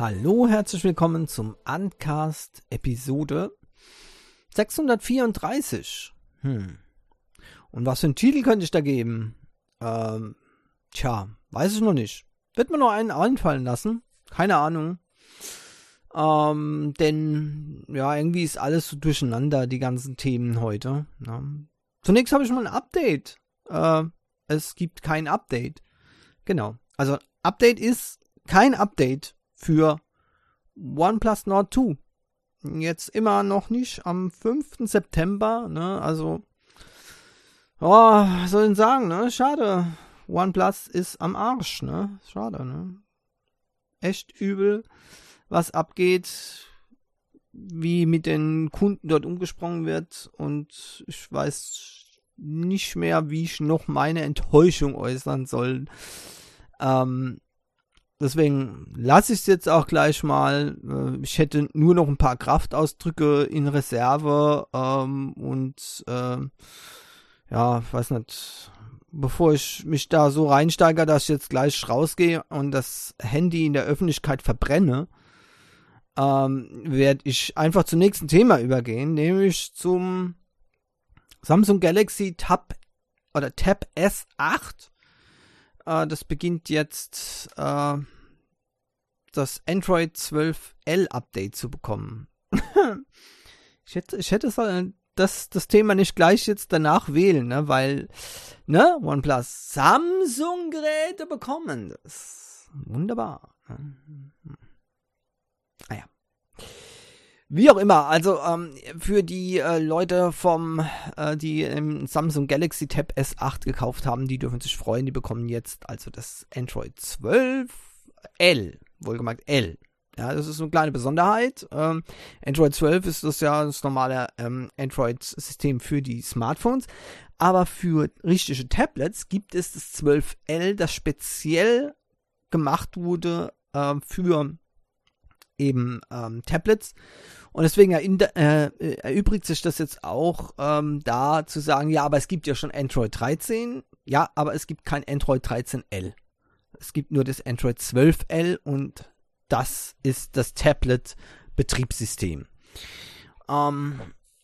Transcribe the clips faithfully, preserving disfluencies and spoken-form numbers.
Hallo, herzlich willkommen zum Uncast Episode sechshundertvierunddreißig. Hm. Und was für einen Titel könnte ich da geben? Ähm, tja, weiß ich noch nicht. Wird mir noch einen einfallen lassen. Keine Ahnung. Ähm, denn, ja, irgendwie ist alles so durcheinander, die ganzen Themen heute. Ja. Zunächst habe ich mal ein Update. Äh, es gibt kein Update. Genau. Also, Update ist kein Update für OnePlus Nord zwei. Jetzt immer noch nicht am fünften September, ne, also, oh, was soll ich denn sagen, ne, schade. OnePlus ist am Arsch, ne, schade, ne. Echt übel, was abgeht, wie mit den Kunden dort umgesprungen wird, und ich weiß nicht mehr, wie ich noch meine Enttäuschung äußern soll. Ähm, Deswegen lasse ich es jetzt auch gleich mal. Ich hätte nur noch ein paar Kraftausdrücke in Reserve ähm, und äh, ja, weiß nicht, bevor ich mich da so reinsteige, dass ich jetzt gleich rausgehe und das Handy in der Öffentlichkeit verbrenne, ähm, werde ich einfach zum nächsten Thema übergehen, nämlich zum Samsung Galaxy Tab oder Tab S acht. Das beginnt jetzt äh, das Android zwölf L Update zu bekommen. ich hätte, ich hätte das, das Thema nicht gleich jetzt danach wählen, ne, weil, ne, OnePlus Samsung-Geräte bekommen. Das ist wunderbar. Ah ja. Wie auch immer, also ähm, für die äh, Leute vom, äh, die im Samsung Galaxy Tab S acht gekauft haben, die dürfen sich freuen, die bekommen jetzt also das Android zwölf L, wohlgemerkt L. Ja, das ist so eine kleine Besonderheit. Ähm, Android zwölf ist das ja das normale ähm, Android-System für die Smartphones, aber für richtige Tablets gibt es das zwölf L, das speziell gemacht wurde äh, für eben ähm, Tablets, und deswegen äh, erübrigt sich das jetzt auch ähm, da zu sagen, ja, aber es gibt ja schon Android dreizehn, ja, aber es gibt kein Android dreizehn L. Es gibt nur das Android zwölf L und das ist das Tablet-Betriebssystem. Ähm,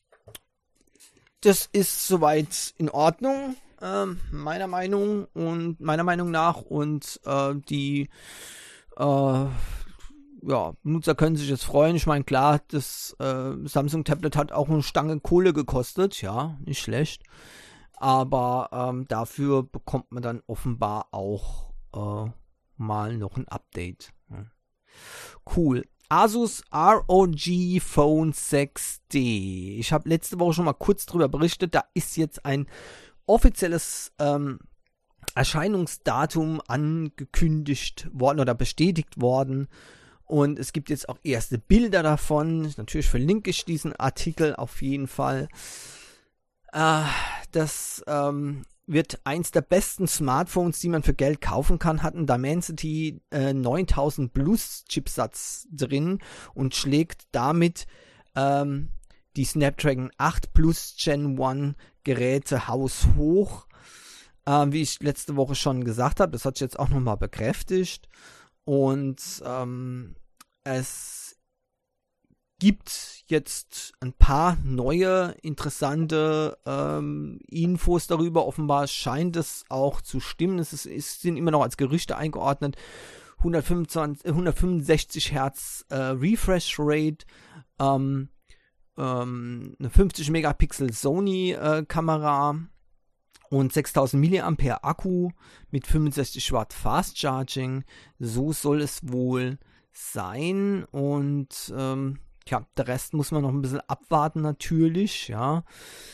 das ist soweit in Ordnung, äh, meiner Meinung und meiner Meinung nach, und äh, die äh, ja, Nutzer können sich jetzt freuen. Ich meine, klar, das äh, Samsung Tablet hat auch eine Stange Kohle gekostet. Ja, nicht schlecht. Aber ähm, dafür bekommt man dann offenbar auch äh, mal noch ein Update. Ja. Cool. Asus R O G Phone sechs D. Ich habe letzte Woche schon mal kurz drüber berichtet. Da ist jetzt ein offizielles ähm, Erscheinungsdatum angekündigt worden oder bestätigt worden. Und es gibt jetzt auch erste Bilder davon. Natürlich verlinke ich diesen Artikel auf jeden Fall. Äh, das ähm, wird eins der besten Smartphones, die man für Geld kaufen kann, hat einen Dimensity äh, neuntausend Plus Chipsatz drin und schlägt damit ähm, die Snapdragon acht Plus Gen eins Geräte haushoch. Äh, wie ich letzte Woche schon gesagt habe, das hat sich jetzt auch nochmal bekräftigt. Und ähm, es gibt jetzt ein paar neue, interessante ähm, Infos darüber. Offenbar scheint es auch zu stimmen. Es, ist, es sind immer noch als Gerüchte eingeordnet. hundertfünfundzwanzig, hundertfünfundsechzig Hertz äh, Refresh Rate, ähm, ähm, eine fünfzig Megapixel Sony äh, Kamera und sechstausend Milliampere Akku mit fünfundsechzig Watt Fast Charging. So soll es wohl sein. Und ähm, ja, der Rest muss man noch ein bisschen abwarten natürlich, ja.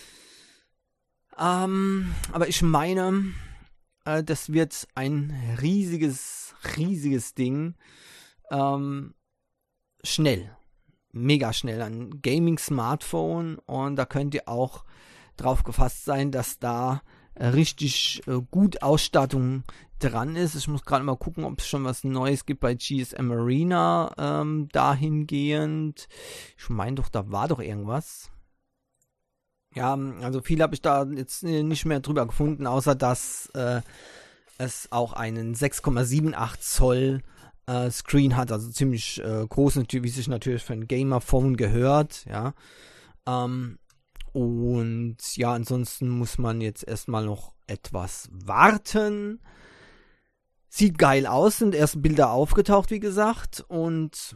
Ähm, aber ich meine, äh, das wird ein riesiges, riesiges Ding. Ähm, schnell. Mega schnell. Ein Gaming-Smartphone. Und da könnt ihr auch drauf gefasst sein, dass da richtig äh, gut Ausstattung dran ist. Ich muss gerade mal gucken, ob es schon was Neues gibt bei G S M Arena ähm, dahingehend. Ich meine doch, da war doch irgendwas. Ja, also viel habe ich da jetzt nicht mehr drüber gefunden, außer dass äh, es auch einen sechs Komma acht sieben Zoll äh, Screen hat, also ziemlich äh, groß, wie sich natürlich für ein Gamer-Phone gehört, ja. Ähm, und ja, ansonsten muss man jetzt erstmal noch etwas warten. Sieht geil aus, sind erste Bilder aufgetaucht, wie gesagt, und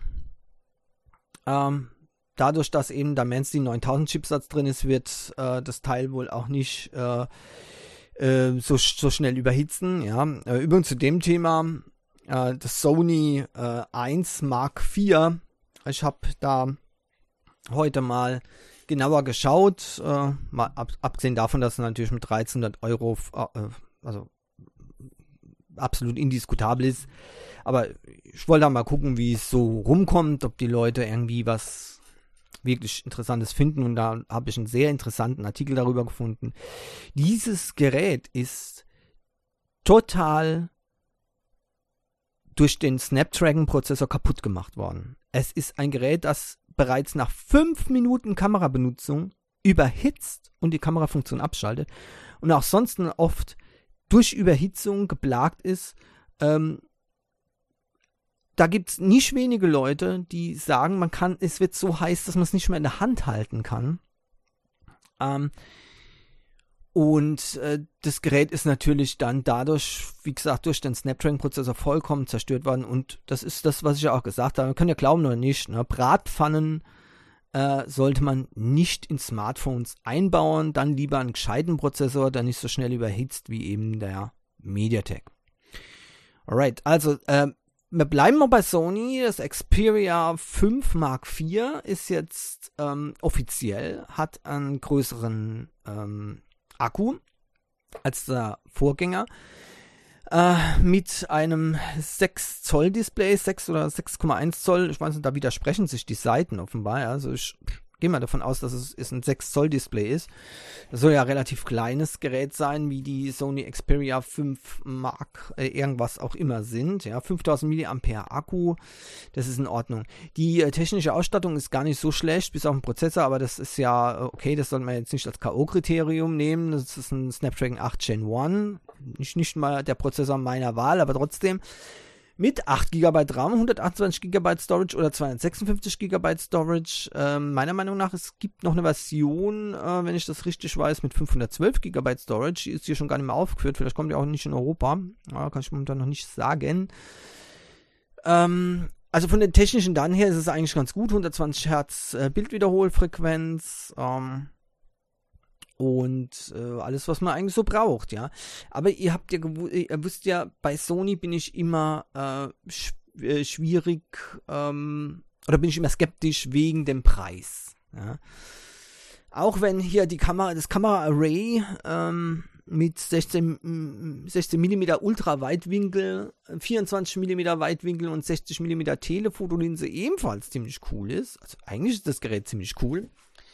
ähm, dadurch, dass eben der Dimensity neuntausend Chipsatz drin ist, wird äh, das Teil wohl auch nicht äh, äh, so, so schnell überhitzen. Ja. Äh, übrigens zu dem Thema, äh, das Sony äh, eins Mark vier, ich habe da heute mal genauer geschaut, äh, mal ab, abgesehen davon, dass es natürlich mit dreizehnhundert Euro, äh, also absolut indiskutabel ist, aber ich wollte da mal gucken, wie es so rumkommt, ob die Leute irgendwie was wirklich Interessantes finden, und da habe ich einen sehr interessanten Artikel darüber gefunden. Dieses Gerät ist total durch den Snapdragon-Prozessor kaputt gemacht worden. Es ist ein Gerät, das bereits nach fünf Minuten Kamerabenutzung überhitzt und die Kamerafunktion abschaltet und auch sonst oft durch Überhitzung geplagt ist. Ähm, da gibt es nicht wenige Leute, die sagen, man kann, es wird so heiß, dass man es nicht mehr in der Hand halten kann. Ähm, und äh, das Gerät ist natürlich dann dadurch, wie gesagt, durch den Snapdragon-Prozessor vollkommen zerstört worden. Und das ist das, was ich ja auch gesagt habe. Man kann ja glauben oder nicht, ne? Bratpfannen äh, sollte man nicht in Smartphones einbauen. Dann lieber einen gescheiten Prozessor, der nicht so schnell überhitzt wie eben der MediaTek. Alright, also äh, wir bleiben mal bei Sony. Das Xperia fünf Mark vier ist jetzt ähm, offiziell, hat einen größeren ähm, Akku als der Vorgänger, äh, mit einem sechs Zoll Display, sechs oder sechs Komma eins Zoll, ich weiß nicht, da widersprechen sich die Seiten offenbar, ja. Also ich gehe mal davon aus, dass es, es ein sechs Zoll Display ist. Das soll ja ein relativ kleines Gerät sein, wie die Sony Xperia fünf Mark äh, irgendwas auch immer sind, ja. fünftausend Milliampere Akku, das ist in Ordnung. Die äh, technische Ausstattung ist gar nicht so schlecht, bis auf den Prozessor, aber das ist ja, okay, das sollte man jetzt nicht als K O-Kriterium nehmen. Das ist ein Snapdragon acht Gen eins, nicht, nicht mal der Prozessor meiner Wahl, aber trotzdem mit acht Gigabyte RAM, hundertachtundzwanzig Gigabyte Storage oder zweihundertsechsundfünfzig Gigabyte Storage. Ähm, meiner Meinung nach, es gibt noch eine Version, äh, wenn ich das richtig weiß, mit fünfhundertzwölf Gigabyte Storage. Die ist hier schon gar nicht mehr aufgeführt. Vielleicht kommt die auch nicht in Europa. Ja, kann ich momentan noch nicht sagen. Ähm, also von den technischen Daten her ist es eigentlich ganz gut. hundertzwanzig Hertz äh, Bildwiederholfrequenz. Ähm, Und äh, alles, was man eigentlich so braucht, ja. Aber ihr habt ja gewu- ihr wisst ja, bei Sony bin ich immer äh, sch- äh, schwierig ähm, oder bin ich immer skeptisch wegen dem Preis. Ja. Auch wenn hier die Kamera, das Kamera-Array ähm, mit sechzehn Millimeter Ultraweitwinkel, vierundzwanzig Millimeter Weitwinkel und sechzig Millimeter Telefotolinse ebenfalls ziemlich cool ist. Also eigentlich ist das Gerät ziemlich cool.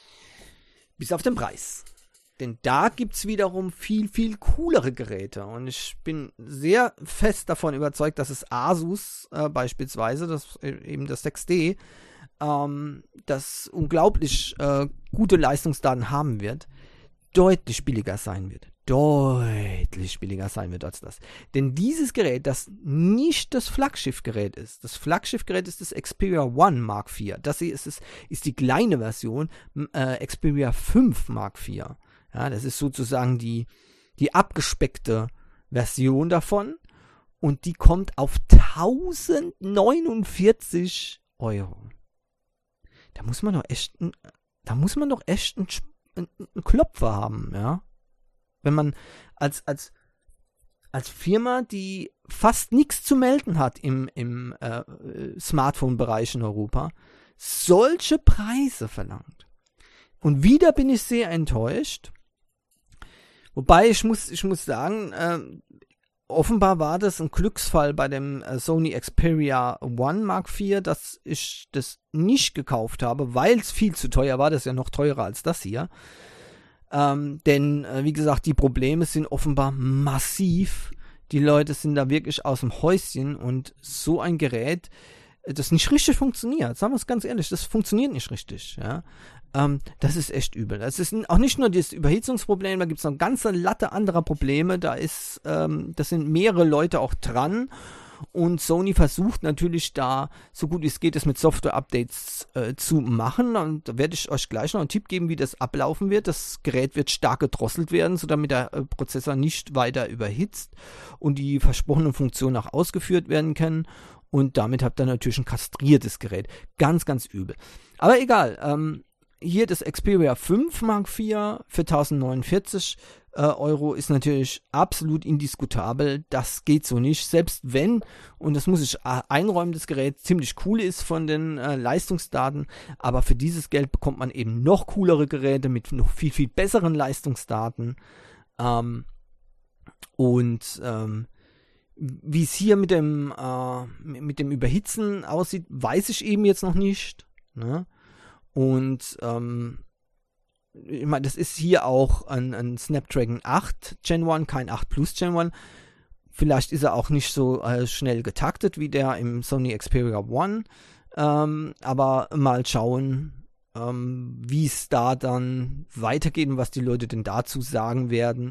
Bis auf den Preis. Denn da gibt es wiederum viel, viel coolere Geräte. Und ich bin sehr fest davon überzeugt, dass es Asus äh, beispielsweise, das, äh, eben das sechs D, ähm, das unglaublich äh, gute Leistungsdaten haben wird, deutlich billiger sein wird. Deutlich billiger sein wird als das. Denn dieses Gerät, das nicht das Flaggschiffgerät ist, das Flaggschiffgerät ist das Xperia One Mark vier. Das hier ist, es, ist die kleine Version, äh, Xperia fünf Mark vier. Ja, das ist sozusagen die, die abgespeckte Version davon, und die kommt auf tausendneunundvierzig Euro. Da muss man doch echt, da muss man doch echt einen, einen Klopfer haben, ja. Wenn man als, als, als Firma, die fast nichts zu melden hat im, im äh, Smartphone-Bereich in Europa, solche Preise verlangt. Und wieder bin ich sehr enttäuscht. Wobei, ich muss, ich muss sagen, äh, offenbar war das ein Glücksfall bei dem äh, Sony Xperia One Mark vier, dass ich das nicht gekauft habe, weil es viel zu teuer war. Das ist ja noch teurer als das hier. Ähm, denn, äh, wie gesagt, die Probleme sind offenbar massiv. Die Leute sind da wirklich aus dem Häuschen, und so ein Gerät, das nicht richtig funktioniert, sagen wir es ganz ehrlich, das funktioniert nicht richtig, ja. Ähm, das ist echt übel. Das ist auch nicht nur das Überhitzungsproblem, da gibt es noch eine ganze Latte anderer Probleme, da ist, ähm, das sind mehrere Leute auch dran, Und Sony versucht natürlich da, so gut wie es geht, das mit Software-Updates äh, zu machen. Und da werde ich euch gleich noch einen Tipp geben, wie das ablaufen wird. Das Gerät wird stark gedrosselt werden, so damit der äh, Prozessor nicht weiter überhitzt und die versprochenen Funktionen auch ausgeführt werden können. Und damit habt ihr natürlich ein kastriertes Gerät. Ganz, ganz übel. Aber egal. Ähm, hier das Xperia fünf Mark vier für tausendneunundvierzig äh, Euro ist natürlich absolut indiskutabel. Das geht so nicht. Selbst wenn, und das muss ich äh, einräumen, das Gerät ziemlich cool ist von den äh, Leistungsdaten, aber für dieses Geld bekommt man eben noch coolere Geräte mit noch viel, viel besseren Leistungsdaten. Ähm, und ähm, wie es hier mit dem, äh, mit dem Überhitzen aussieht, weiß ich eben jetzt noch nicht. Ne? Und ähm, ich meine, das ist hier auch ein, ein Snapdragon acht Gen eins, kein acht Plus Gen eins. Vielleicht ist er auch nicht so äh, schnell getaktet wie der im Sony Xperia One. Ähm, aber mal schauen, ähm, wie es da dann weitergeht und was die Leute denn dazu sagen werden.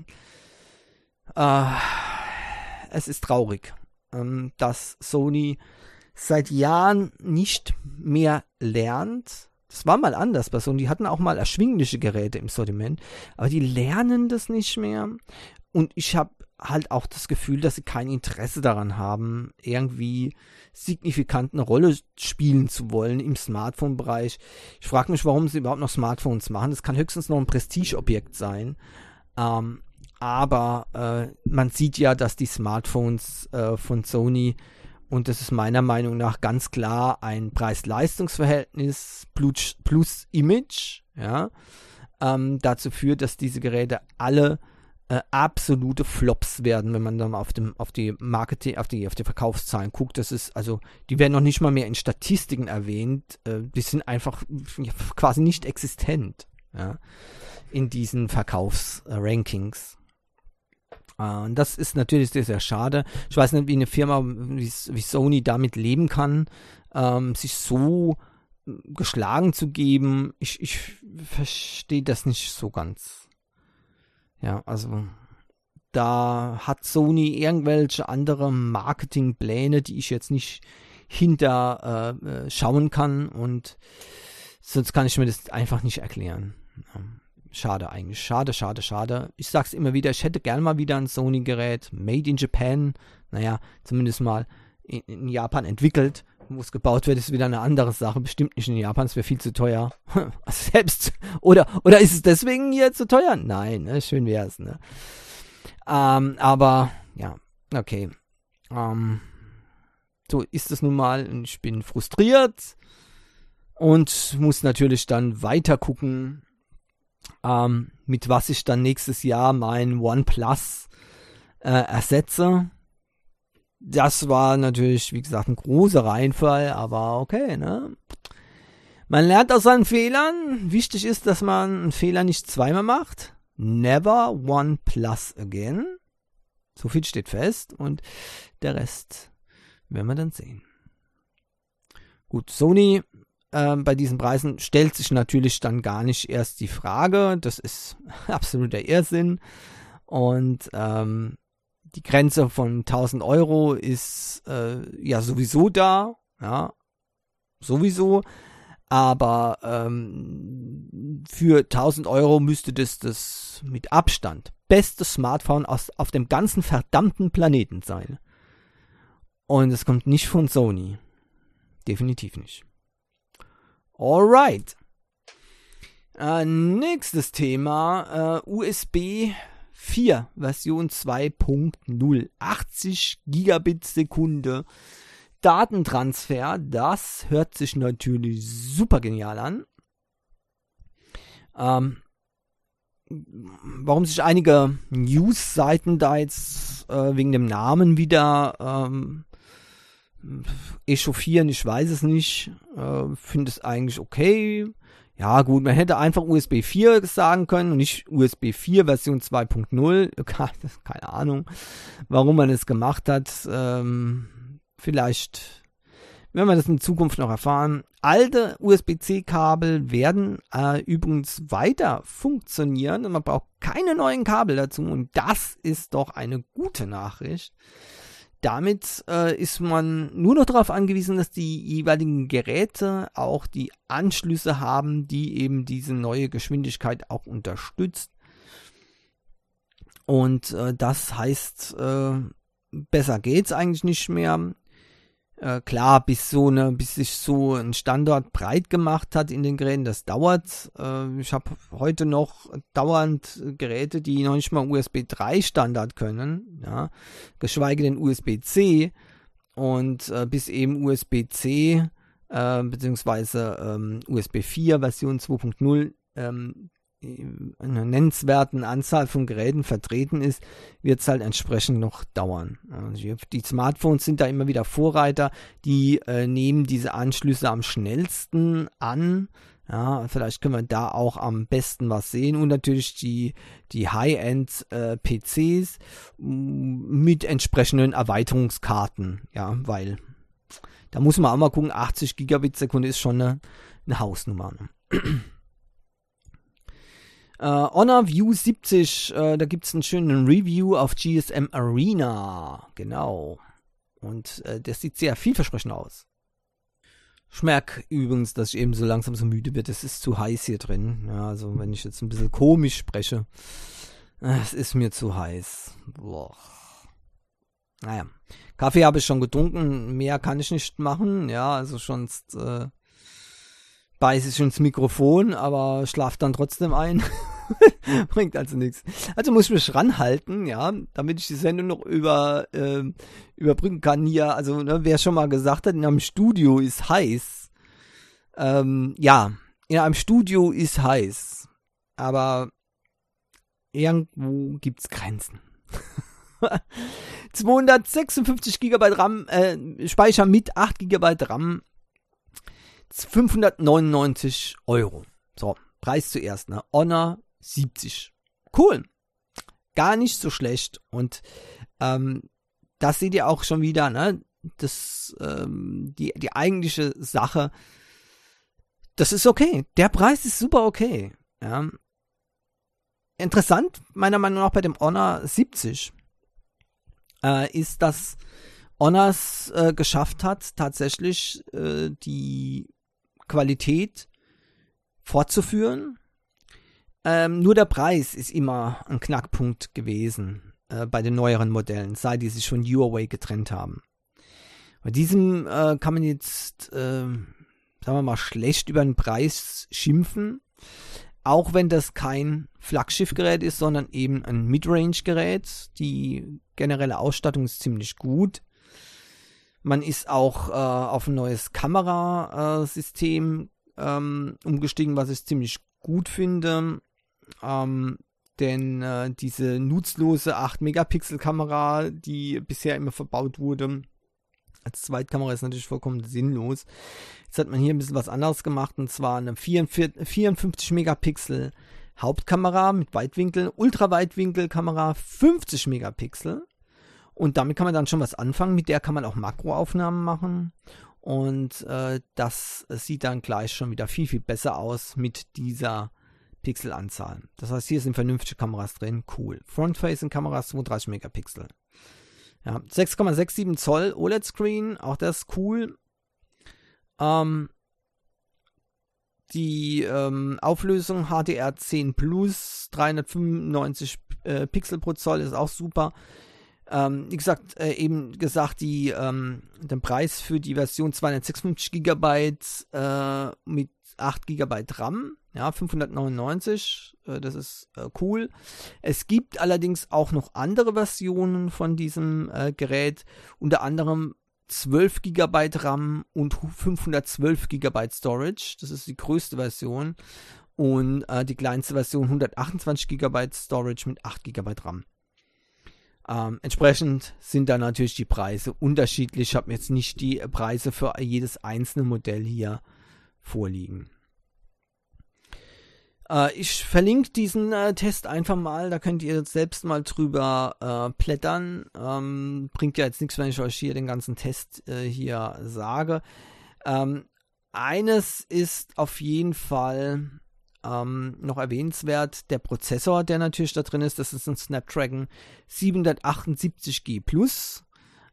Äh, Es ist traurig, ähm, dass Sony seit Jahren nicht mehr lernt. Das war mal anders bei Sony. Die hatten auch mal erschwingliche Geräte im Sortiment, aber die lernen das nicht mehr. Und ich habe halt auch das Gefühl, dass sie kein Interesse daran haben, irgendwie signifikant eine Rolle spielen zu wollen im Smartphone-Bereich. Ich frage mich, warum sie überhaupt noch Smartphones machen. Das kann höchstens noch ein Prestigeobjekt sein. Ähm, Aber äh, man sieht ja, dass die Smartphones äh, von Sony, und das ist meiner Meinung nach ganz klar ein Preis-Leistungs-Verhältnis plus, plus Image, ja, ähm, dazu führt, dass diese Geräte alle äh, absolute Flops werden, wenn man dann auf dem auf die Marketing, auf die auf die Verkaufszahlen guckt. Das ist also, die werden noch nicht mal mehr in Statistiken erwähnt. Äh, die sind einfach quasi nicht existent, ja, in diesen Verkaufsrankings. Und das ist natürlich sehr, sehr schade. Ich weiß nicht, wie eine Firma wie, wie Sony damit leben kann, ähm, sich so geschlagen zu geben. Ich, ich verstehe das nicht so ganz. Ja, also da hat Sony irgendwelche andere Marketingpläne, die ich jetzt nicht hinter äh, schauen kann, und sonst kann ich mir das einfach nicht erklären. Ja. Schade eigentlich. Schade, schade, schade. Ich sag's immer wieder, ich hätte gern mal wieder ein Sony-Gerät. Made in Japan. Naja, zumindest mal in, in Japan entwickelt. Wo es gebaut wird, ist wieder eine andere Sache. Bestimmt nicht in Japan, es wäre viel zu teuer. Selbst. Oder, oder ist es deswegen hier zu teuer? Nein, ne? Schön wär's, ne? Ähm, aber, ja, okay. Ähm, so ist es nun mal. Ich bin frustriert. Und muss natürlich dann weiter gucken, Ähm, mit was ich dann nächstes Jahr mein OnePlus äh, ersetze. Das war natürlich, wie gesagt, ein großer Reinfall, aber okay, ne? Man lernt aus seinen Fehlern. Wichtig ist, dass man einen Fehler nicht zweimal macht. Never OnePlus again. So viel steht fest, und der Rest werden wir dann sehen. Gut, Sony Ähm, bei diesen Preisen stellt sich natürlich dann gar nicht erst die Frage. Das ist absoluter Irrsinn. Und ähm, die Grenze von tausend Euro ist äh, ja sowieso da. Ja, sowieso. Aber ähm, für tausend Euro müsste das das mit Abstand beste Smartphone aus, auf dem ganzen verdammten Planeten sein. Und es kommt nicht von Sony. Definitiv nicht. Alright. Äh, nächstes Thema, äh, U S B vier Version zwei Punkt null. achtzig Gigabit Sekunde Datentransfer. Das hört sich natürlich super genial an. Ähm, warum sich einige News-Seiten da jetzt äh, wegen dem Namen wieder ähm, echauffieren, ich weiß es nicht. Äh, finde es eigentlich okay. Ja gut, man hätte einfach U S B vier sagen können und nicht U S B vier Version zwei Punkt null. Keine Ahnung, warum man es gemacht hat. Ähm, vielleicht werden wir das in Zukunft noch erfahren. Alte U S B C Kabel werden äh, übrigens weiter funktionieren und man braucht keine neuen Kabel dazu, und das ist doch eine gute Nachricht. damit äh, ist man nur noch darauf angewiesen, dass die jeweiligen Geräte auch die Anschlüsse haben, die eben diese neue Geschwindigkeit auch unterstützt. Und äh, das heißt, äh, besser geht's eigentlich nicht mehr. Äh, klar, bis so eine, bis sich so ein Standort breit gemacht hat in den Geräten, das dauert. Äh, ich habe heute noch dauernd Geräte, die noch nicht mal U S B drei Standard können, ja, geschweige denn U S B C. Und äh, bis eben U S B C äh, beziehungsweise ähm, U S B vier Version zwei Punkt null ähm, einer nennenswerten Anzahl von Geräten vertreten ist, wird es halt entsprechend noch dauern. Also die Smartphones sind da immer wieder Vorreiter, die äh, nehmen diese Anschlüsse am schnellsten an. Ja, vielleicht können wir da auch am besten was sehen. Und natürlich die, die High-End-P Cs mit entsprechenden Erweiterungskarten. Ja, weil da muss man auch mal gucken, achtzig Gigabit Sekunde ist schon eine, eine Hausnummer. Uh, Honor View siebzig, uh, da gibt es einen schönen Review auf G S M Arena, genau. Und uh, das sieht sehr vielversprechend aus. Ich merke übrigens, dass ich eben so langsam so müde werde. Es ist zu heiß hier drin. Ja, also wenn ich jetzt ein bisschen komisch spreche, es ist mir zu heiß. Boah. Naja, Kaffee habe ich schon getrunken, mehr kann ich nicht machen. Ja, also sonst äh, beiße ich ins Mikrofon, aber schlafe dann trotzdem ein. Bringt also nichts. Also muss ich mich ranhalten, ja, damit ich die Sendung noch über, äh, überbrücken kann hier. Also, ne, wer schon mal gesagt hat, in einem Studio ist heiß. Ähm, ja, in einem Studio ist heiß. Aber irgendwo gibt's Grenzen. zweihundertsechsundfünfzig Gigabyte RAM, äh, Speicher mit acht Gigabyte RAM. fünfhundertneunundneunzig Euro. So, Preis zuerst, ne? Honor siebzig. Cool. Gar nicht so schlecht. Und ähm, das seht ihr auch schon wieder, ne? Das, ähm, die, die eigentliche Sache, das ist okay. Der Preis ist super okay. Ja. Interessant, meiner Meinung nach, bei dem Honor siebzig äh, ist, dass Honor es äh, geschafft hat, tatsächlich äh, die Qualität fortzuführen. Ähm, nur der Preis ist immer ein Knackpunkt gewesen äh, bei den neueren Modellen, seit die sich von Huawei getrennt haben. Bei diesem äh, kann man jetzt, äh, sagen wir mal, schlecht über den Preis schimpfen, auch wenn das kein Flaggschiffgerät ist, sondern eben ein Midrange-Gerät. Die generelle Ausstattung ist ziemlich gut. Man ist auch äh, auf ein neues Kamerasystem ähm, umgestiegen, was ich ziemlich gut finde. Ähm, denn äh, diese nutzlose acht Megapixel Kamera, die bisher immer verbaut wurde, als Zweitkamera ist natürlich vollkommen sinnlos. Jetzt hat man hier ein bisschen was anderes gemacht, und zwar eine vierundfünfzig Megapixel Hauptkamera mit Weitwinkel, Ultraweitwinkelkamera fünfzig Megapixel. Und damit kann man dann schon was anfangen. Mit der kann man auch Makroaufnahmen machen. Und äh, das sieht dann gleich schon wieder viel, viel besser aus mit dieser Pixelanzahl. Das heißt, hier sind vernünftige Kameras drin. Cool. Front-Facing-Kameras zweiunddreißig Megapixel. Ja, sechs Komma siebenundsechzig Zoll O L E D-Screen. Auch das ist cool. Ähm, die ähm, Auflösung H D R zehn Plus, dreihundertfünfundneunzig äh, Pixel pro Zoll, ist auch super. Ähm, wie gesagt, äh, eben gesagt, die, ähm, den Preis für die Version zweihundertsechsundfünfzig Gigabyte äh, mit acht Gigabyte RAM, ja, fünfhundertneunundneunzig, äh, das ist äh, cool. Es gibt allerdings auch noch andere Versionen von diesem äh, Gerät, unter anderem zwölf Gigabyte RAM und fünfhundertzwölf Gigabyte Storage, das ist die größte Version, und äh, die kleinste Version hundertachtundzwanzig Gigabyte Storage mit acht Gigabyte RAM. Ähm, entsprechend sind da natürlich die Preise unterschiedlich. Ich habe jetzt nicht die Preise für jedes einzelne Modell hier vorliegen. Äh, ich verlinke diesen äh, Test einfach mal, da könnt ihr selbst mal drüber äh, plättern. Ähm, bringt ja jetzt nichts, wenn ich euch hier den ganzen Test äh, hier sage. Ähm, eines ist auf jeden Fall Ähm, noch erwähnenswert, der Prozessor, der natürlich da drin ist, das ist ein Snapdragon siebenhundertachtundsiebzig G Plus.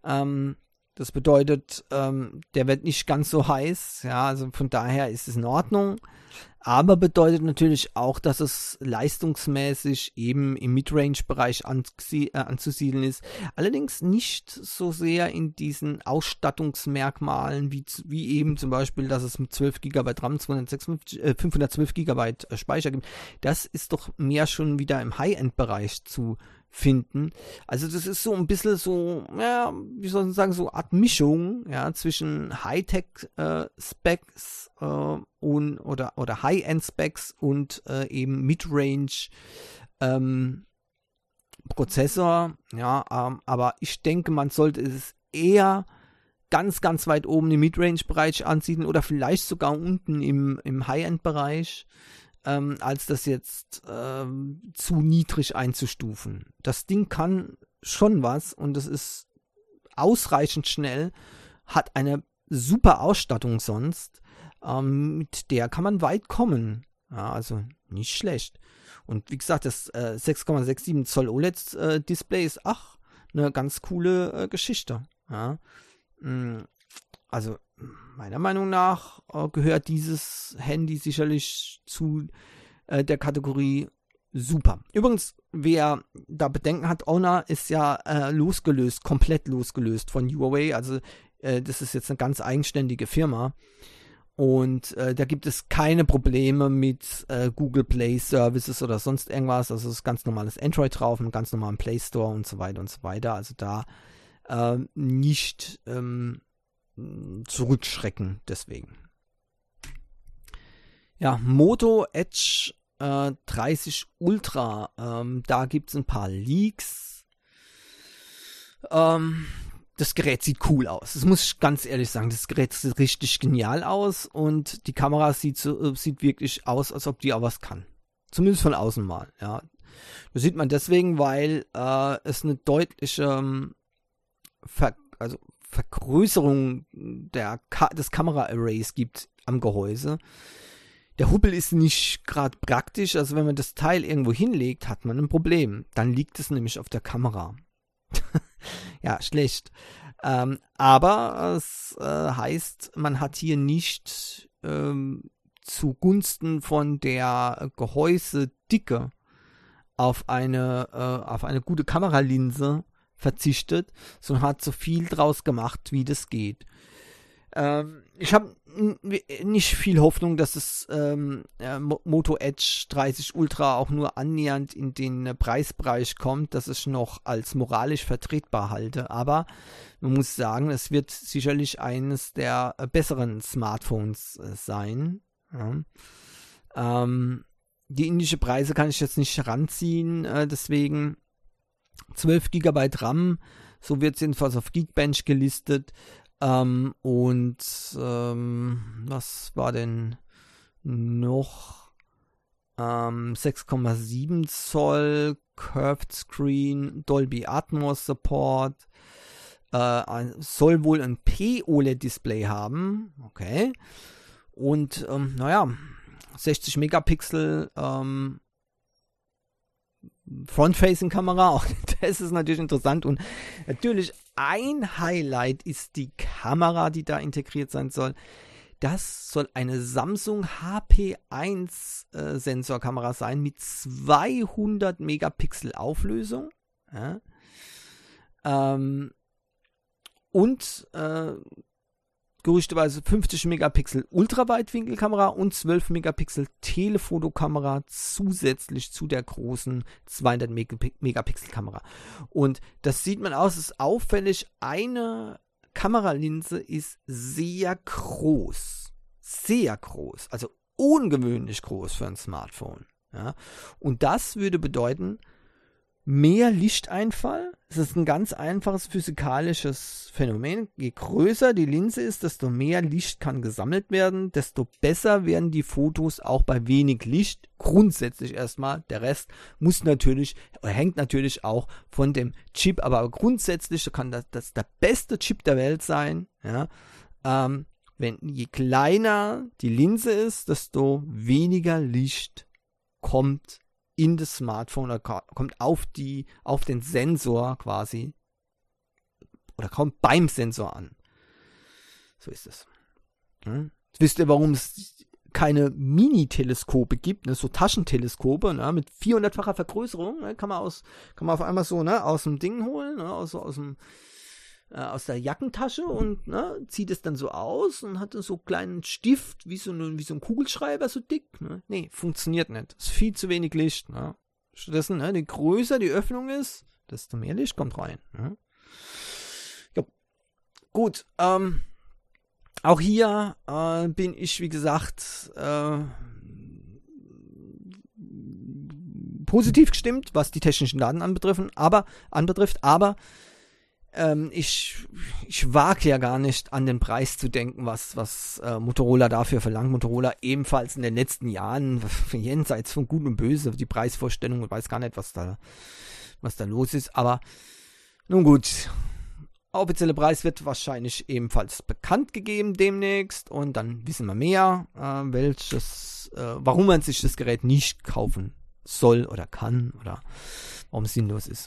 Ähm, das bedeutet, ähm, der wird nicht ganz so heiß, ja, also von daher ist es in Ordnung. Aber bedeutet natürlich auch, dass es leistungsmäßig eben im Midrange-Bereich anzie- äh, anzusiedeln ist. Allerdings nicht so sehr in diesen Ausstattungsmerkmalen, wie, wie eben zum Beispiel, dass es mit zwölf Gigabyte RAM, zweihundertsechsundfünfzig, äh, fünfhundertzwölf Gigabyte äh, Speicher gibt. Das ist doch mehr schon wieder im High-End-Bereich zu finden. Also das ist so ein bisschen so, ja, wie soll man sagen, so eine Art Mischung, ja, zwischen Hightech-Specs äh, äh, und oder, oder High-End-Specs und äh, eben Mid-Range ähm, Prozessor, ja, ähm, aber ich denke, man sollte es eher ganz, ganz weit oben im Mid-Range-Bereich ansiedeln oder vielleicht sogar unten im, im High-End-Bereich, Ähm, als das jetzt ähm, zu niedrig einzustufen. Das Ding kann schon was und es ist ausreichend schnell, hat eine super Ausstattung sonst, ähm, mit der kann man weit kommen. Ja, also nicht schlecht. Und wie gesagt, das äh, sechs Komma siebenundsechzig Zoll O L E D-Display ist, ach, eine ganz coole äh, Geschichte. Ja. Also meiner Meinung nach äh, gehört dieses Handy sicherlich zu äh, der Kategorie super. Übrigens, wer da Bedenken hat, Honor ist ja äh, losgelöst, komplett losgelöst von Huawei. Also äh, das ist jetzt eine ganz eigenständige Firma. Und äh, da gibt es keine Probleme mit äh, Google Play Services oder sonst irgendwas. Also es ist ganz normales Android drauf, einen ganz normalen Play Store und so weiter und so weiter. Also da äh, nicht ähm, zurückschrecken deswegen. Ja, Moto Edge äh, dreißig Ultra, ähm, da gibt es ein paar Leaks. Ähm, das Gerät sieht cool aus. Das muss ich ganz ehrlich sagen. Das Gerät sieht richtig genial aus und die Kamera sieht, so, sieht wirklich aus, als ob die auch was kann. Zumindest von außen mal. Ja. Das sieht man deswegen, weil äh, es eine deutliche ähm, Ver also Vergrößerung der Ka des Kamera-Arrays gibt am Gehäuse. Der Hubbel ist nicht gerade praktisch, also wenn man das Teil irgendwo hinlegt, hat man ein Problem. Dann liegt es nämlich auf der Kamera. Ja, schlecht. Ähm, aber es äh, heißt, man hat hier nicht ähm, zugunsten von der Gehäusedicke auf eine, äh, auf eine gute Kameralinse verzichtet, sondern hat so viel draus gemacht, wie das geht. Ähm, ich habe nicht viel Hoffnung, dass das ähm, äh, Moto Edge dreißig Ultra auch nur annähernd in den äh, Preisbereich kommt, dass ich noch als moralisch vertretbar halte. Aber man muss sagen, es wird sicherlich eines der äh, besseren Smartphones äh, sein. Ja. Ähm, die indische Preise kann ich jetzt nicht heranziehen, äh, deswegen zwölf Gigabyte RAM, so wird es jedenfalls auf Geekbench gelistet. Ähm, und ähm, was war denn noch? Ähm, sechs Komma sieben Zoll, Curved Screen, Dolby Atmos Support, äh, soll wohl ein P O L E D-Display haben, okay. Und ähm, naja, sechzig Megapixel, ähm, Front-Facing-Kamera, auch das ist natürlich interessant und natürlich ein Highlight ist die Kamera, die da integriert sein soll. Das soll eine Samsung H P eins äh, Sensorkamera sein mit zweihundert Megapixel Auflösung. Ja. Ähm, und äh, gerüchteweise fünfzig Megapixel Ultraweitwinkelkamera und zwölf Megapixel Telefotokamera zusätzlich zu der großen zweihundert Megapixel Kamera. Und das sieht man aus, ist auffällig, eine Kameralinse ist sehr groß. Sehr groß. Also ungewöhnlich groß für ein Smartphone. Ja. Und das würde bedeuten, mehr Lichteinfall. Es ist ein ganz einfaches physikalisches Phänomen. Je größer die Linse ist, desto mehr Licht kann gesammelt werden, desto besser werden die Fotos auch bei wenig Licht. Grundsätzlich erstmal. Der Rest muss natürlich, hängt natürlich auch von dem Chip, aber grundsätzlich kann das, das der beste Chip der Welt sein. Ja, ähm, wenn je kleiner die Linse ist, desto weniger Licht kommt in das Smartphone, oder kommt auf die, auf den Sensor quasi oder kaum beim Sensor an. So ist es. Hm? Wisst ihr, warum es keine Mini-Teleskope gibt, ne? So Taschenteleskope, ne? Mit vierhundertfacher Vergrößerung, ne? kann man aus, kann man auf einmal so, ne, aus dem Ding holen, ne? aus, aus dem, äh, aus der Jackentasche und, ne, zieht es dann so aus und hat so einen kleinen Stift, wie so, eine, wie so ein Kugelschreiber, so dick, ne? Nee, funktioniert nicht. Ist viel zu wenig Licht, ne? Stattdessen, ne, je größer die Öffnung ist, desto mehr Licht kommt rein, ne? Ja. Gut, ähm, auch hier äh, bin ich, wie gesagt, äh, positiv gestimmt, was die technischen Daten anbetreffen, aber, anbetrifft, aber ähm, ich, ich wage ja gar nicht an den Preis zu denken, was, was äh, Motorola dafür verlangt. Motorola ebenfalls in den letzten Jahren, jenseits von Gut und Böse, die Preisvorstellung, ich weiß gar nicht, was da, was da los ist, aber nun gut. Der offizielle Preis wird wahrscheinlich ebenfalls bekannt gegeben demnächst und dann wissen wir mehr, äh, welches, äh, warum man sich das Gerät nicht kaufen soll oder kann oder warum es sinnlos ist.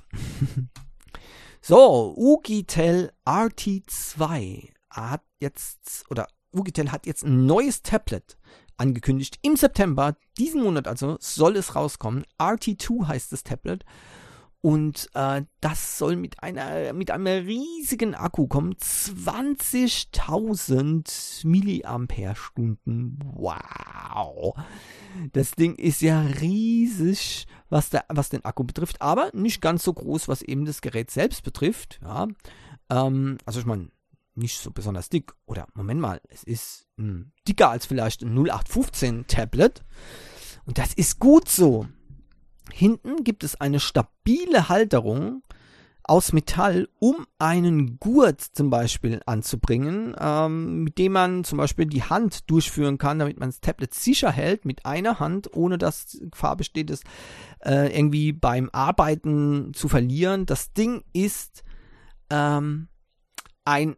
So, Ugitel R T zwei hat jetzt, oder Ugitel hat jetzt ein neues Tablet angekündigt. Im September, diesen Monat also, soll es rauskommen. R T zwei heißt das Tablet. Und äh, das soll mit einer mit einem riesigen Akku kommen. zwanzigtausend Milliampere-Stunden. Wow. Das Ding ist ja riesig, was, der, was den Akku betrifft. Aber nicht ganz so groß, was eben das Gerät selbst betrifft. Ja. Ähm, also ich meine, nicht so besonders dick. Oder, Moment mal, es ist mh, dicker als vielleicht ein null acht fünfzehn Tablet. Und das ist gut so. Hinten gibt es eine stabile Halterung aus Metall, um einen Gurt zum Beispiel anzubringen, ähm, mit dem man zum Beispiel die Hand durchführen kann, damit man das Tablet sicher hält mit einer Hand, ohne dass Gefahr besteht, es äh, irgendwie beim Arbeiten zu verlieren. Das Ding ist ähm, ein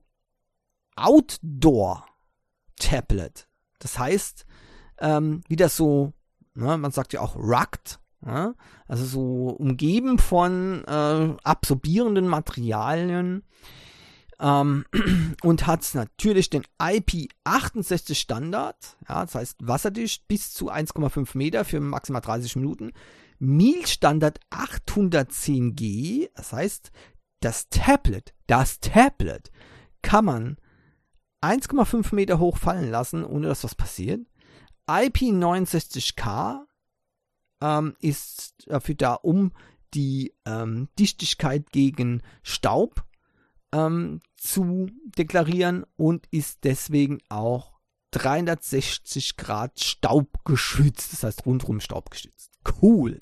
Outdoor-Tablet. Das heißt, ähm, wie das so, ne, man sagt ja auch rugged, ja, also so umgeben von äh, absorbierenden Materialien ähm, und hat natürlich den I P achtundsechzig Standard, ja, das heißt wasserdicht bis zu eins Komma fünf Meter für maximal dreißig Minuten, M I L-Standard achthundertzehn G, das heißt das Tablet, das Tablet kann man eins Komma fünf Meter hoch fallen lassen, ohne dass was passiert. I P neunundsechzig K Ähm, ist dafür da, um die ähm, Dichtigkeit gegen Staub ähm, zu deklarieren und ist deswegen auch dreihundertsechzig Grad staubgeschützt, das heißt rundherum staubgeschützt. Cool.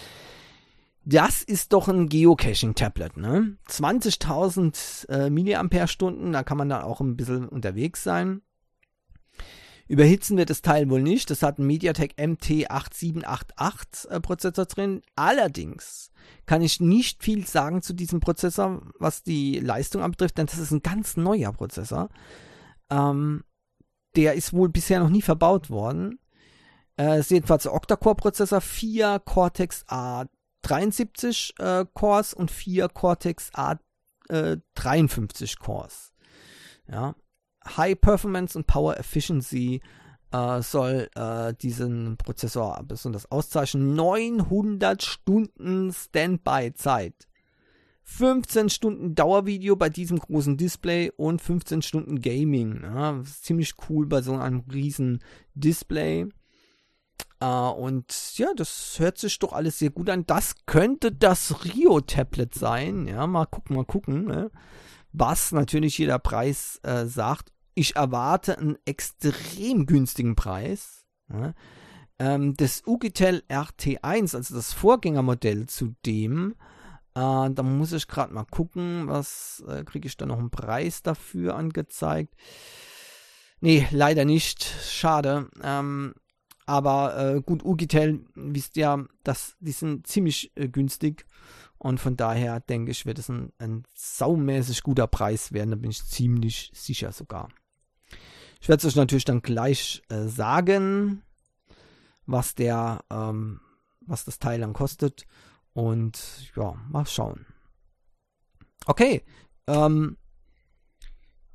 Das ist doch ein Geocaching-Tablet, ne? zwanzigtausend äh, Milliampere-Stunden, da kann man dann auch ein bisschen unterwegs sein. Überhitzen wird das Teil wohl nicht. Das hat einen MediaTek M T acht sieben acht acht äh, Prozessor drin. Allerdings kann ich nicht viel sagen zu diesem Prozessor, was die Leistung anbetrifft, denn das ist ein ganz neuer Prozessor. Ähm, der ist wohl bisher noch nie verbaut worden. Äh, ist jedenfalls ein Octa-Core-Prozessor, vier Cortex A dreiundsiebzig äh, Cores und vier Cortex A dreiundfünfzig Cores. Ja. High Performance und Power Efficiency äh, soll äh, diesen Prozessor besonders auszeichnen. neunhundert Stunden Standby-Zeit. fünfzehn Stunden Dauervideo bei diesem großen Display und fünfzehn Stunden Gaming. Ja, das ist ziemlich cool bei so einem riesen Display. Äh, und ja, das hört sich doch alles sehr gut an. Das könnte das Rio-Tablet sein. Ja, mal gucken, mal gucken. Ne? Was natürlich jeder Preis äh, sagt. Ich erwarte einen extrem günstigen Preis. Ja. Ähm, das Ugitel R T eins, also das Vorgängermodell zu dem, äh, da muss ich gerade mal gucken, was äh, kriege ich da noch einen Preis dafür angezeigt. Nee, leider nicht. Schade. Ähm, aber äh, gut, Ugitel, wisst ihr, das, die sind ziemlich äh, günstig. Und von daher denke ich, wird es ein, ein saumäßig guter Preis werden. Da bin ich ziemlich sicher sogar. Ich werde es euch natürlich dann gleich äh, sagen, was der, ähm, was das Teil dann kostet. Und ja, mal schauen. Okay, ähm,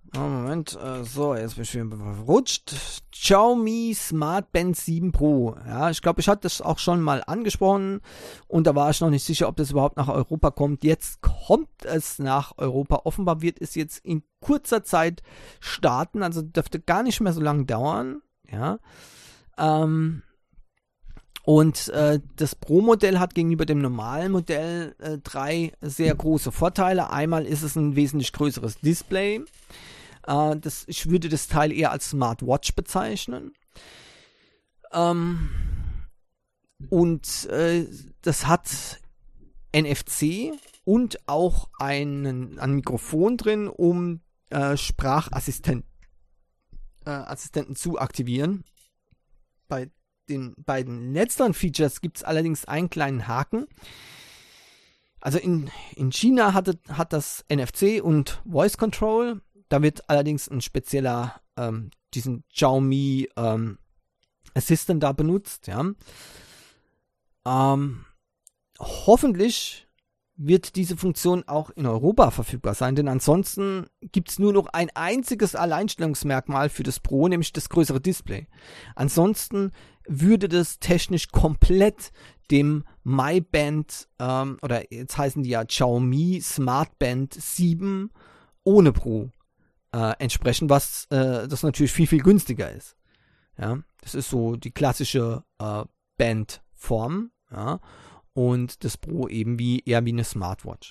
Oh, Moment, äh, so, jetzt bin ich wieder verrutscht. Xiaomi Smart Band sieben Pro. Ja, ich glaube, ich hatte das auch schon mal angesprochen und da war ich noch nicht sicher, ob das überhaupt nach Europa kommt. Jetzt kommt es nach Europa. Offenbar wird es jetzt in kurzer Zeit starten, also dürfte gar nicht mehr so lange dauern. Ja, ähm, und äh, das Pro-Modell hat gegenüber dem normalen Modell äh, drei sehr große Vorteile. Einmal ist es ein wesentlich größeres Display. Uh, das, ich würde das Teil eher als Smartwatch bezeichnen. Um, und äh, das hat N F C und auch einen, ein Mikrofon drin, um äh, Sprachassistenten äh, Assistenten zu aktivieren. Bei den beiden letzteren Features gibt es allerdings einen kleinen Haken. Also in, in China hat, hat das N F C und Voice Control. Da wird allerdings ein spezieller, ähm, diesen Xiaomi ähm, Assistant da benutzt, ja. Ähm, hoffentlich wird diese Funktion auch in Europa verfügbar sein, denn ansonsten gibt es nur noch ein einziges Alleinstellungsmerkmal für das Pro, nämlich das größere Display. Ansonsten würde das technisch komplett dem Mi Band, ähm, oder jetzt heißen die ja Xiaomi Smart Band sieben ohne Pro Äh, entsprechen, was äh, das natürlich viel, viel günstiger ist. Ja, das ist so die klassische äh, Bandform, ja, und das Pro eben wie eher wie eine Smartwatch.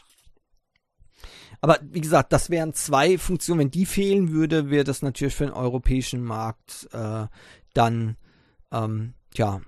Aber wie gesagt, das wären zwei Funktionen. Wenn die fehlen würde, wäre das natürlich für den europäischen Markt äh, dann ähm, ja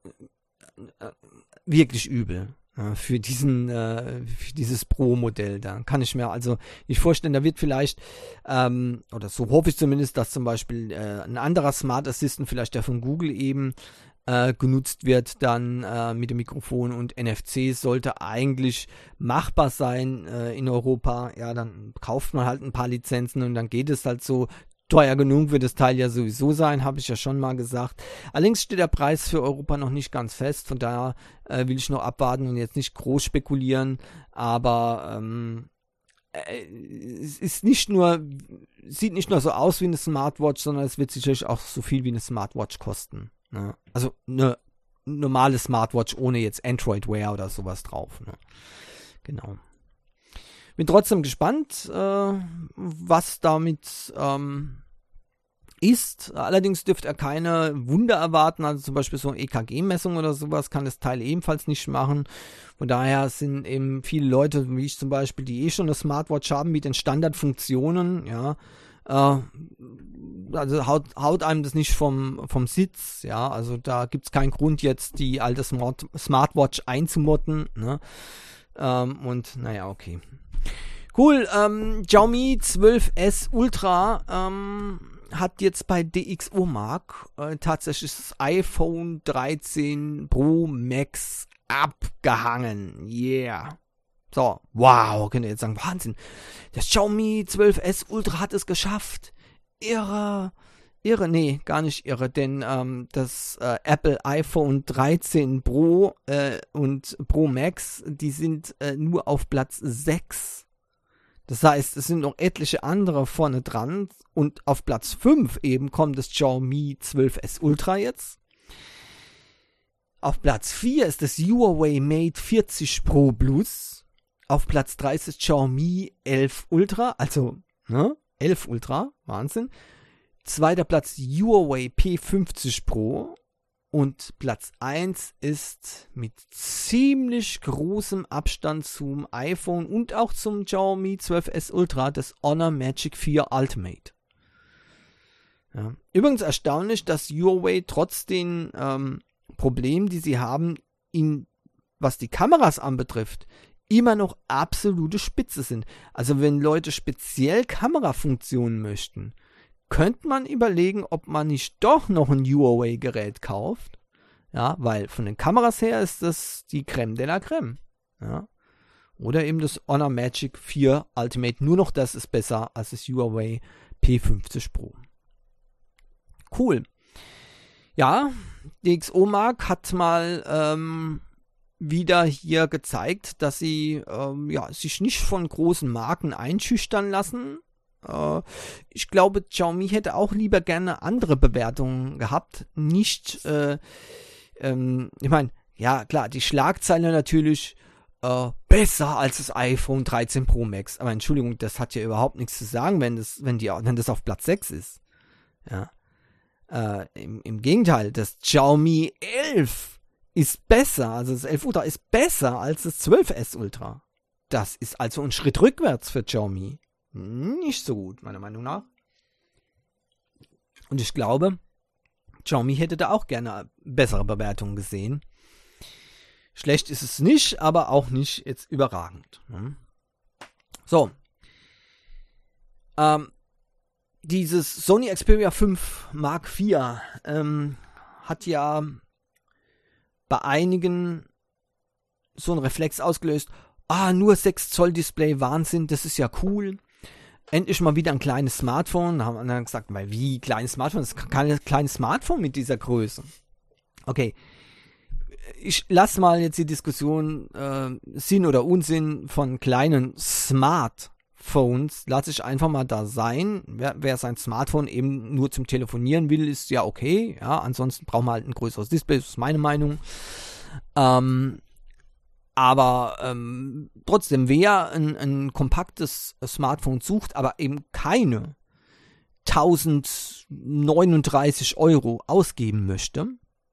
äh, wirklich übel. Für diesen, äh, für dieses Pro-Modell. Da kann ich mir also nicht vorstellen, da wird vielleicht, ähm, oder so hoffe ich zumindest, dass zum Beispiel äh, ein anderer Smart Assistant, vielleicht der von Google eben, äh, genutzt wird, dann äh, mit dem Mikrofon und N F C sollte eigentlich machbar sein äh, in Europa. Ja, dann kauft man halt ein paar Lizenzen und dann geht es halt so. Teuer genug wird das Teil ja sowieso sein, habe ich ja schon mal gesagt. Allerdings steht der Preis für Europa noch nicht ganz fest, von daher äh, will ich noch abwarten und jetzt nicht groß spekulieren, aber ähm, äh, es ist nicht nur, sieht nicht nur so aus wie eine Smartwatch, sondern es wird sicherlich auch so viel wie eine Smartwatch kosten. Ne? Also eine normale Smartwatch ohne jetzt Android Wear oder sowas drauf. Ne? Genau. Bin trotzdem gespannt, äh, was damit ähm, ist. Allerdings dürfte er keine Wunder erwarten, also zum Beispiel so eine E K G-Messung oder sowas kann das Teil ebenfalls nicht machen. Von daher sind eben viele Leute, wie ich zum Beispiel, die eh schon eine Smartwatch haben mit den Standardfunktionen, ja, äh, also haut, haut einem das nicht vom, vom Sitz, ja, also da gibt es keinen Grund jetzt die alte Smart, Smartwatch einzumotten, ne, ähm, und naja, okay. Cool, ähm, Xiaomi zwölf S Ultra ähm, hat jetzt bei D X O Mark äh, tatsächlich das iPhone dreizehn Pro Max abgehangen. Yeah. So, wow, könnt ihr jetzt sagen, Wahnsinn. Das Xiaomi zwölf S Ultra hat es geschafft. Irre. Irre, nee, gar nicht irre, denn ähm, das äh, Apple iPhone dreizehn Pro äh, und Pro Max, die sind äh, nur auf Platz sechs. Das heißt, es sind noch etliche andere vorne dran und auf Platz fünf eben kommt das Xiaomi zwölf S Ultra jetzt. Auf Platz vier ist das Huawei Mate vierzig Pro Plus. Auf Platz drei ist das Xiaomi elf Ultra, also ne, elf Ultra, Wahnsinn. Zweiter Platz Huawei P fünfzig Pro und Platz eins ist mit ziemlich großem Abstand zum iPhone und auch zum Xiaomi zwölf S Ultra das Honor Magic vier Ultimate. Ja. Übrigens erstaunlich, dass Huawei trotz den ähm, Problemen, die sie haben, in, was die Kameras anbetrifft, immer noch absolute Spitze sind. Also wenn Leute speziell Kamerafunktionen möchten, könnte man überlegen, ob man nicht doch noch ein Huawei-Gerät kauft. Ja, weil von den Kameras her ist das die Creme de la Creme. Ja. Oder eben das Honor Magic vier Ultimate. Nur noch das ist besser als das Huawei P fünfzig Pro. Cool. Ja, D X O Mark hat mal ähm, wieder hier gezeigt, dass sie ähm, ja, sich nicht von großen Marken einschüchtern lassen. Äh, ich glaube, Xiaomi hätte auch lieber gerne andere Bewertungen gehabt. Nicht, äh, ähm, ich meine, ja klar, die Schlagzeile natürlich äh, besser als das iPhone dreizehn Pro Max. Aber Entschuldigung, das hat ja überhaupt nichts zu sagen, wenn das, wenn die, wenn das auf Platz sechs ist. Ja. Äh, im, Im Gegenteil, das Xiaomi elf ist besser, also das elf Ultra ist besser als das zwölf S Ultra. Das ist also ein Schritt rückwärts für Xiaomi. Nicht so gut, meiner Meinung nach. Und ich glaube, Xiaomi hätte da auch gerne bessere Bewertungen gesehen. Schlecht ist es nicht, aber auch nicht jetzt überragend. So. Ähm, dieses Sony Xperia fünf Mark vier ähm, hat ja bei einigen so einen Reflex ausgelöst. Ah, nur sechs Zoll Display, Wahnsinn, das ist ja cool. Endlich mal wieder ein kleines Smartphone. Da haben andere gesagt, weil wie, kleines Smartphone? Das ist kein kleines Smartphone mit dieser Größe. Okay, ich lasse mal jetzt die Diskussion äh, Sinn oder Unsinn von kleinen Smartphones, lasse ich einfach mal da sein. Wer, wer sein Smartphone eben nur zum Telefonieren will, ist ja okay. Ja, ansonsten braucht man halt ein größeres Display, das ist meine Meinung. Ähm, Aber ähm, trotzdem, wer ein, ein kompaktes Smartphone sucht, aber eben keine tausendneununddreißig Euro ausgeben möchte,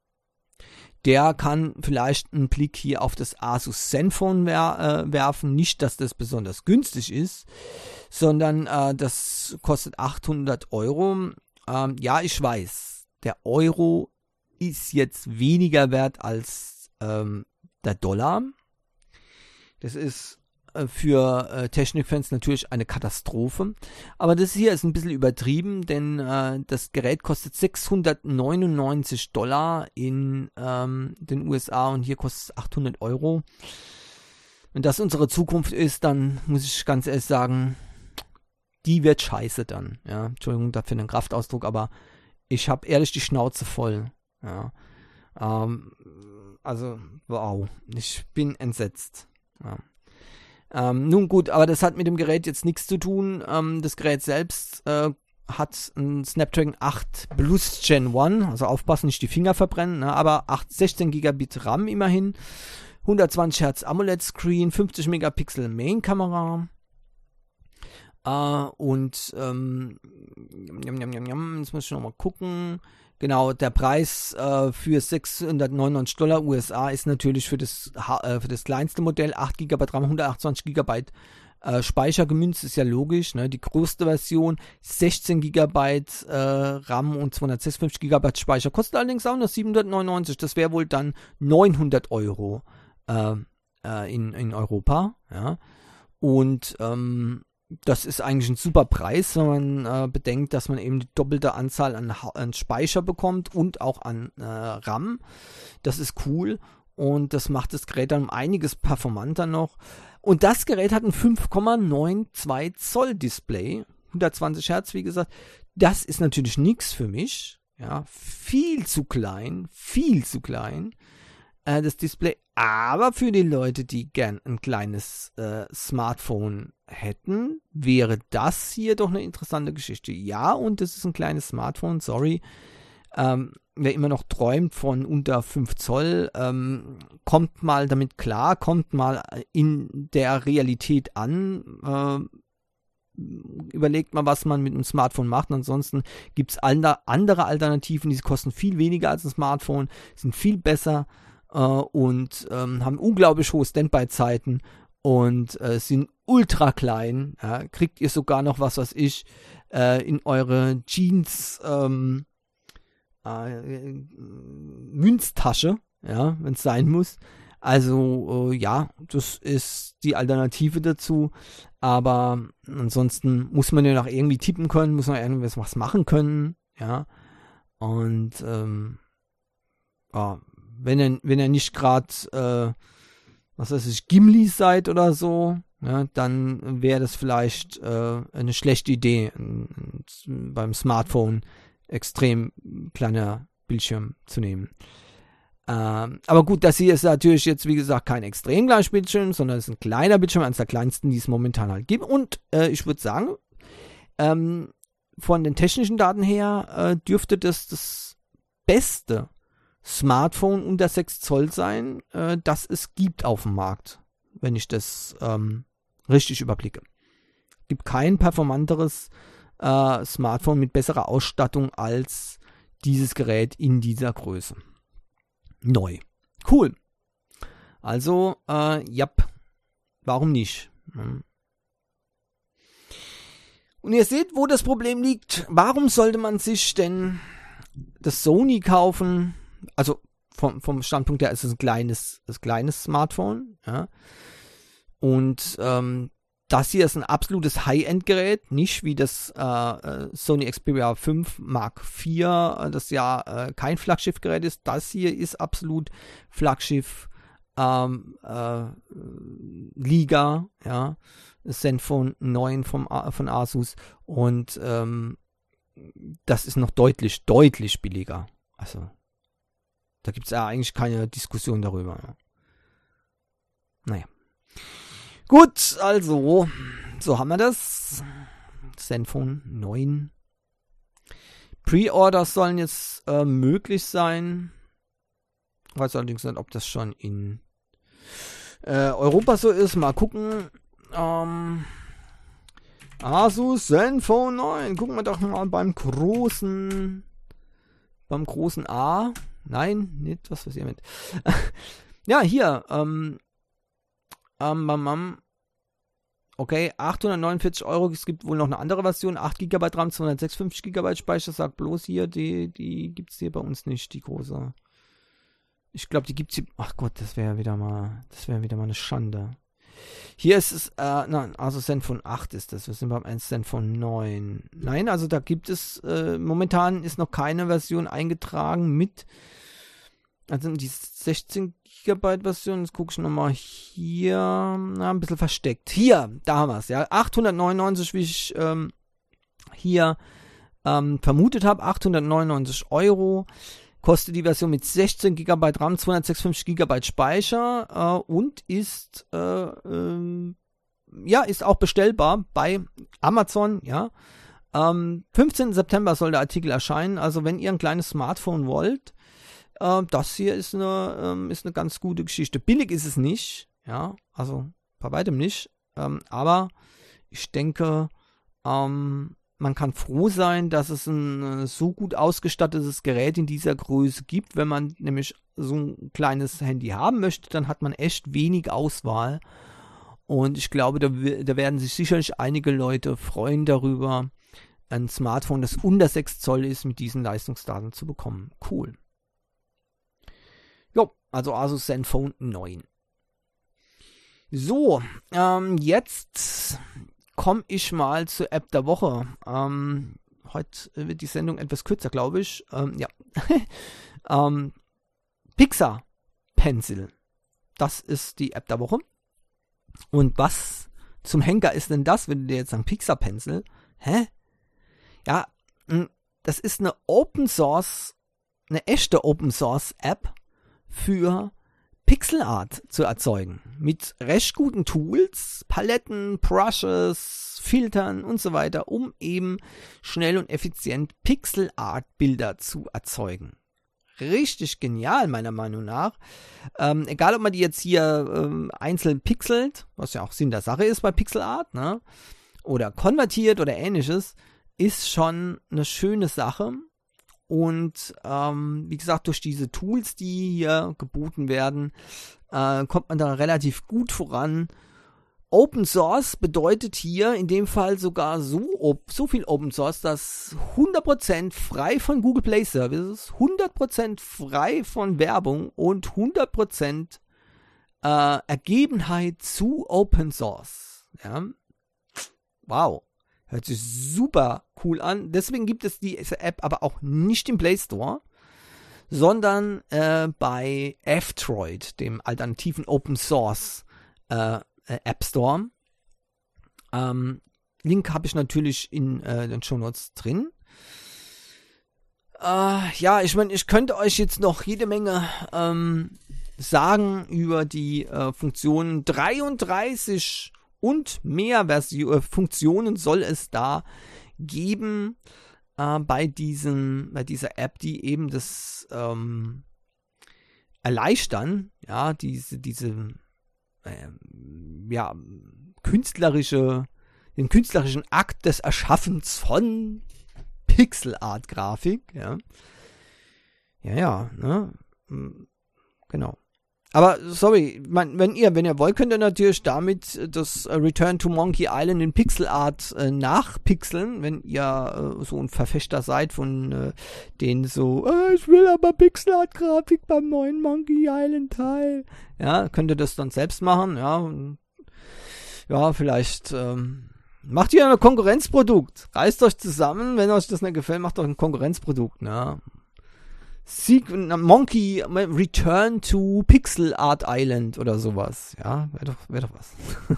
der kann vielleicht einen Blick hier auf das Asus Zenfone wer- äh, werfen. Nicht, dass das besonders günstig ist, sondern äh, das kostet achthundert Euro. Ähm, ja, ich weiß, der Euro ist jetzt weniger wert als ähm, der Dollar. Das ist äh, für äh, Technikfans natürlich eine Katastrophe. Aber das hier ist ein bisschen übertrieben, denn äh, das Gerät kostet sechshundertneunundneunzig Dollar in ähm, den U S A und hier kostet es achthundert Euro. Wenn das unsere Zukunft ist, dann muss ich ganz ehrlich sagen, die wird scheiße dann. Ja, Entschuldigung dafür den Kraftausdruck, aber ich habe ehrlich die Schnauze voll. Ja, ähm, also wow, ich bin entsetzt. Ja. Ähm, nun gut, aber das hat mit dem Gerät jetzt nichts zu tun. Ähm, das Gerät selbst äh, hat ein Snapdragon acht Plus Gen eins, also aufpassen, nicht die Finger verbrennen, ne, aber acht, sechzehn Gigabit RAM immerhin, hundertzwanzig Hertz AMOLED-Screen, fünfzig Megapixel Main-Kamera äh, und ähm, jam, jam, jam, jam, jetzt muss ich nochmal gucken. Genau, der Preis äh, für sechshundertneunundneunzig Dollar U S A ist natürlich für das, äh, für das kleinste Modell acht Gigabyte RAM, hundertachtundzwanzig Gigabyte äh, Speicher gemünzt, ist ja logisch. Ne? Die größte Version, sechzehn Gigabyte äh, RAM und zweihundertsechsundfünfzig Gigabyte Speicher, kostet allerdings auch nur siebenhundertneunundneunzig. Das wäre wohl dann neunhundert Euro äh, äh, in, in Europa. Ja? Und ähm, das ist eigentlich ein super Preis, wenn man äh, bedenkt, dass man eben die doppelte Anzahl an, an Speicher bekommt und auch an äh, RAM. Das ist cool und das macht das Gerät dann um einiges performanter noch. Und das Gerät hat ein fünf Komma zweiundneunzig Zoll Display, hundertzwanzig Hertz, wie gesagt. Das ist natürlich nichts für mich. Ja, viel zu klein, viel zu klein. Äh, das Display. Aber für die Leute, die gern ein kleines äh, Smartphone hätten, wäre das hier doch eine interessante Geschichte. Ja, und das ist ein kleines Smartphone, sorry. Ähm, wer immer noch träumt von unter fünf Zoll, ähm, kommt mal damit klar, kommt mal in der Realität an, äh, überlegt mal, was man mit einem Smartphone macht. Ansonsten gibt es andere Alternativen, die kosten viel weniger als ein Smartphone, sind viel besser, Uh, und ähm, haben unglaublich hohe Standby-Zeiten und äh, sind ultra klein. Ja, kriegt ihr sogar noch was, was ich äh, in eure Jeans ähm, äh, Münztasche, ja, wenn es sein muss. Also äh, ja, das ist die Alternative dazu. Aber ansonsten muss man ja noch irgendwie tippen können, muss man irgendwas was machen können. Ja, und ähm, ja, wenn ihr, wenn ihr nicht gerade, äh, was weiß ich, Gimli seid oder so, ja, dann wäre das vielleicht äh, eine schlechte Idee, n- n- beim Smartphone extrem kleiner Bildschirm zu nehmen. Ähm, aber gut, das hier ist natürlich jetzt, wie gesagt, kein extrem kleines Bildschirm, sondern es ist ein kleiner Bildschirm, eines der kleinsten, die es momentan halt gibt. Und äh, ich würde sagen, ähm, von den technischen Daten her äh, dürfte das das beste Smartphone unter sechs Zoll sein, äh, das es gibt auf dem Markt, wenn ich das ähm, richtig überblicke. Es gibt kein performanteres äh, Smartphone mit besserer Ausstattung als dieses Gerät in dieser Größe. Neu. Cool. Also, äh, ja, warum nicht? Hm. Und ihr seht, wo das Problem liegt. Warum sollte man sich denn das Sony kaufen? Also vom, vom Standpunkt her ist es ein kleines, ein kleines Smartphone. Ja. Und ähm, das hier ist ein absolutes High-End-Gerät, nicht wie das äh, Sony Xperia fünf Mark vier, das ja äh, kein Flaggschiff-Gerät ist. Das hier ist absolut Flaggschiff ähm, äh, Liga, ja. Zenfone neun vom, von Asus und ähm, das ist noch deutlich, deutlich billiger. Also, da gibt es ja eigentlich keine Diskussion darüber. Ja. Naja. Gut, also, so haben wir das. Zenfone neun. Pre-Orders sollen jetzt äh, möglich sein. Ich weiß allerdings nicht, ob das schon in äh, Europa so ist. Mal gucken. Ähm, Asus Zenfone neun. Gucken wir doch mal beim großen beim großen A. Nein, nicht, was passiert mit. Ja, hier, ähm, ähm, ähm, okay, achthundertneunundvierzig Euro, es gibt wohl noch eine andere Version, acht Gigabyte RAM, zweihundertsechsundfünfzig Gigabyte Speicher, sagt bloß hier, die, die gibt es hier bei uns nicht, die große. Ich glaube, die gibt es hier, ach Gott, das wäre wieder mal, das wäre wieder mal eine Schande. Hier ist es, äh, nein, also Zenfone acht ist das, wir sind beim Zenfone neun. Nein, also da gibt es, äh, momentan ist noch keine Version eingetragen mit, also die sechzehn Gigabyte Version, jetzt gucke ich nochmal hier, na, ein bisschen versteckt. Hier, da haben wir es, ja, achthundertneunundneunzig, wie ich ähm, hier ähm, vermutet habe, achthundertneunundneunzig Euro. Kostet die Version mit sechzehn Gigabyte RAM, zweihundertsechsundfünfzig Gigabyte Speicher äh, und ist äh, äh, ja ist auch bestellbar bei Amazon. Ja, ähm, fünfzehnten September soll der Artikel erscheinen. Also wenn ihr ein kleines Smartphone wollt, äh, das hier ist eine äh, ist eine ganz gute Geschichte. Billig ist es nicht, ja, also bei weitem nicht. Ähm, aber ich denke, ähm, man kann froh sein, dass es ein so gut ausgestattetes Gerät in dieser Größe gibt. Wenn man nämlich so ein kleines Handy haben möchte, dann hat man echt wenig Auswahl. Und ich glaube, da, da werden sich sicherlich einige Leute freuen darüber, ein Smartphone, das unter sechs Zoll ist, mit diesen Leistungsdaten zu bekommen. Cool. Jo, also Asus Zenfone neun. So, ähm, jetzt komme ich mal zur App der Woche. Ähm, heute wird die Sendung etwas kürzer, glaube ich. Ähm, ja. ähm, Pixar Pencil. Das ist die App der Woche. Und was zum Henker ist denn das, wenn du dir jetzt sagen, Pixar Pencil? Hä? Ja, das ist eine Open Source, eine echte Open Source App für Pixel Art zu erzeugen. Mit recht guten Tools, Paletten, Brushes, Filtern und so weiter, um eben schnell und effizient Pixel Art Bilder zu erzeugen. Richtig genial, meiner Meinung nach. Ähm, egal, ob man die jetzt hier ähm, einzeln pixelt, was ja auch Sinn der Sache ist bei Pixel Art, ne? Oder konvertiert oder ähnliches, ist schon eine schöne Sache. Und ähm, wie gesagt, durch diese Tools, die hier geboten werden, äh, kommt man da relativ gut voran. Open Source bedeutet hier in dem Fall sogar so, so viel Open Source, dass hundert Prozent frei von Google Play Services, hundert Prozent frei von Werbung und hundert Prozent äh, Ergebenheit zu Open Source. Ja? Wow. Hört sich super cool an. Deswegen gibt es diese App aber auch nicht im Play Store, sondern äh, bei F-Droid, dem alternativen Open Source äh, App Store. Ähm, Link habe ich natürlich in äh, den Shownotes drin. Äh, ja, ich meine, ich könnte euch jetzt noch jede Menge ähm, sagen über die äh, Funktionen. dreiunddreißig und mehr Version, äh, Funktionen soll es da geben äh, bei, diesem, bei dieser App, die eben das ähm, erleichtern, ja, diese, diese äh, ja, künstlerische, den künstlerischen Akt des Erschaffens von Pixel-Art-Grafik, ja. Ja, ja, ne? Genau. Aber, sorry, man, wenn ihr, wenn ihr wollt, könnt ihr natürlich damit das Return to Monkey Island in Pixel Art äh, nachpixeln, wenn ihr äh, so ein Verfechter seid von äh, denen so, äh, ich will aber Pixel Art Grafik beim neuen Monkey Island Teil. Ja, könnt ihr das dann selbst machen, ja. Und, ja, vielleicht, ähm, macht ihr ein Konkurrenzprodukt. Reißt euch zusammen, wenn euch das nicht gefällt, macht euch ein Konkurrenzprodukt, ne? Monkey Return to Pixel Art Island oder sowas. Ja, wäre doch, wär doch was.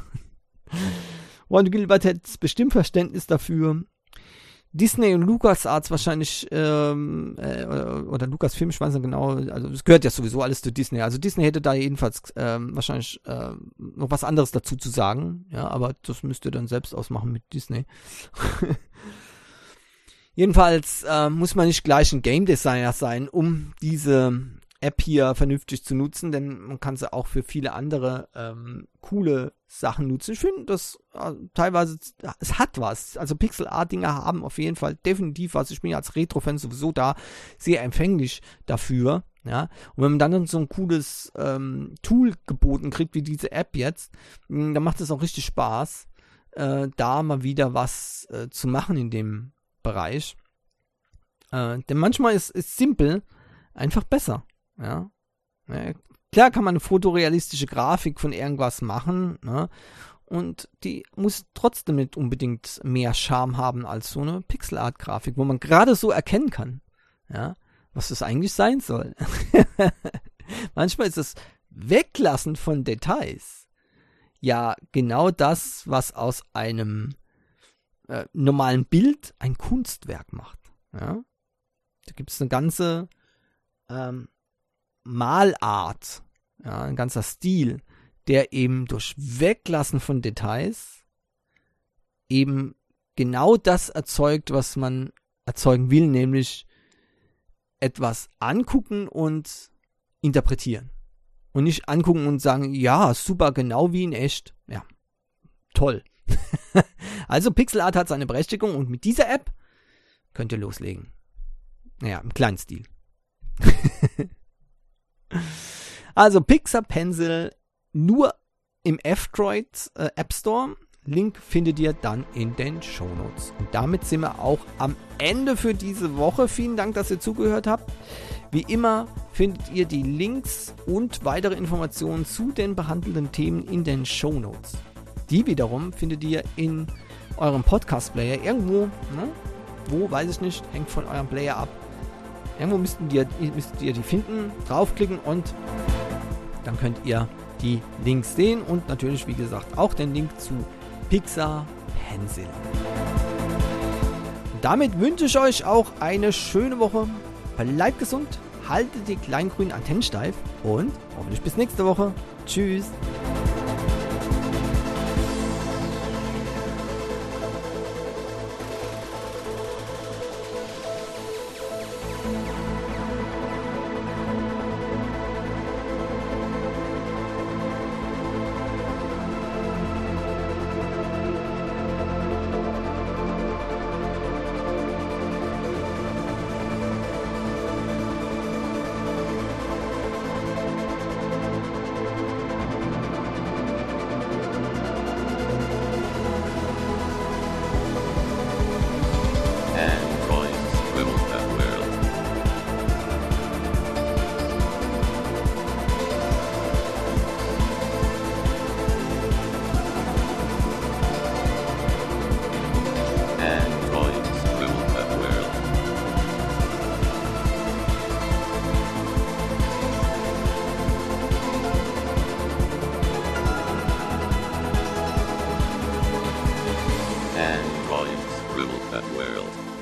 Ron Gilbert hätte bestimmt Verständnis dafür. Disney und LucasArts wahrscheinlich, ähm, äh, oder, oder Lucasfilm, ich weiß nicht genau, also es gehört ja sowieso alles zu Disney. Also Disney hätte da jedenfalls ähm, wahrscheinlich äh, noch was anderes dazu zu sagen. Ja, aber das müsst ihr dann selbst ausmachen mit Disney. Jedenfalls äh, muss man nicht gleich ein Game Designer sein, um diese App hier vernünftig zu nutzen, denn man kann sie auch für viele andere ähm, coole Sachen nutzen. Ich finde, das äh, teilweise, es hat was. Also Pixel-Art-Dinger haben auf jeden Fall definitiv was. Ich bin ja als Retro-Fan sowieso da sehr empfänglich dafür. Ja? Und wenn man dann so ein cooles ähm, Tool geboten kriegt, wie diese App jetzt, mh, dann macht es auch richtig Spaß, äh, da mal wieder was äh, zu machen in dem Bereich. Äh, denn manchmal ist, ist simpel einfach besser. Ja? Ja, klar kann man eine fotorealistische Grafik von irgendwas machen, ne? Und die muss trotzdem nicht unbedingt mehr Charme haben als so eine Pixel-Art-Grafik, wo man gerade so erkennen kann, ja, was das eigentlich sein soll. Manchmal ist das Weglassen von Details ja genau das, was aus einem Äh, normalen Bild ein Kunstwerk macht. Ja? Da gibt es eine ganze ähm, Malart, ja, ein ganzer Stil, der eben durch Weglassen von Details eben genau das erzeugt, was man erzeugen will, nämlich etwas angucken und interpretieren. Und nicht angucken und sagen, ja, super, genau wie in echt. Ja, toll. Also Pixel Art hat seine Berechtigung und mit dieser App könnt ihr loslegen. Naja, im kleinen Stil. Also Pixar Pencil nur im F-Droid äh, App Store. Link findet ihr dann in den Shownotes. Und damit sind wir auch am Ende für diese Woche. Vielen Dank, dass ihr zugehört habt. Wie immer findet ihr die Links und weitere Informationen zu den behandelten Themen in den Shownotes. Die wiederum findet ihr in eurem Podcast-Player irgendwo, ne? Wo, weiß ich nicht, hängt von eurem Player ab. Irgendwo müssten die, müsst ihr die finden, draufklicken und dann könnt ihr die Links sehen und natürlich, wie gesagt, auch den Link zu Pixar Pencil. Und damit wünsche ich euch auch eine schöne Woche. Bleibt gesund, haltet die kleinen grünen Antennen steif und hoffentlich bis nächste Woche. Tschüss. Androids rule that world.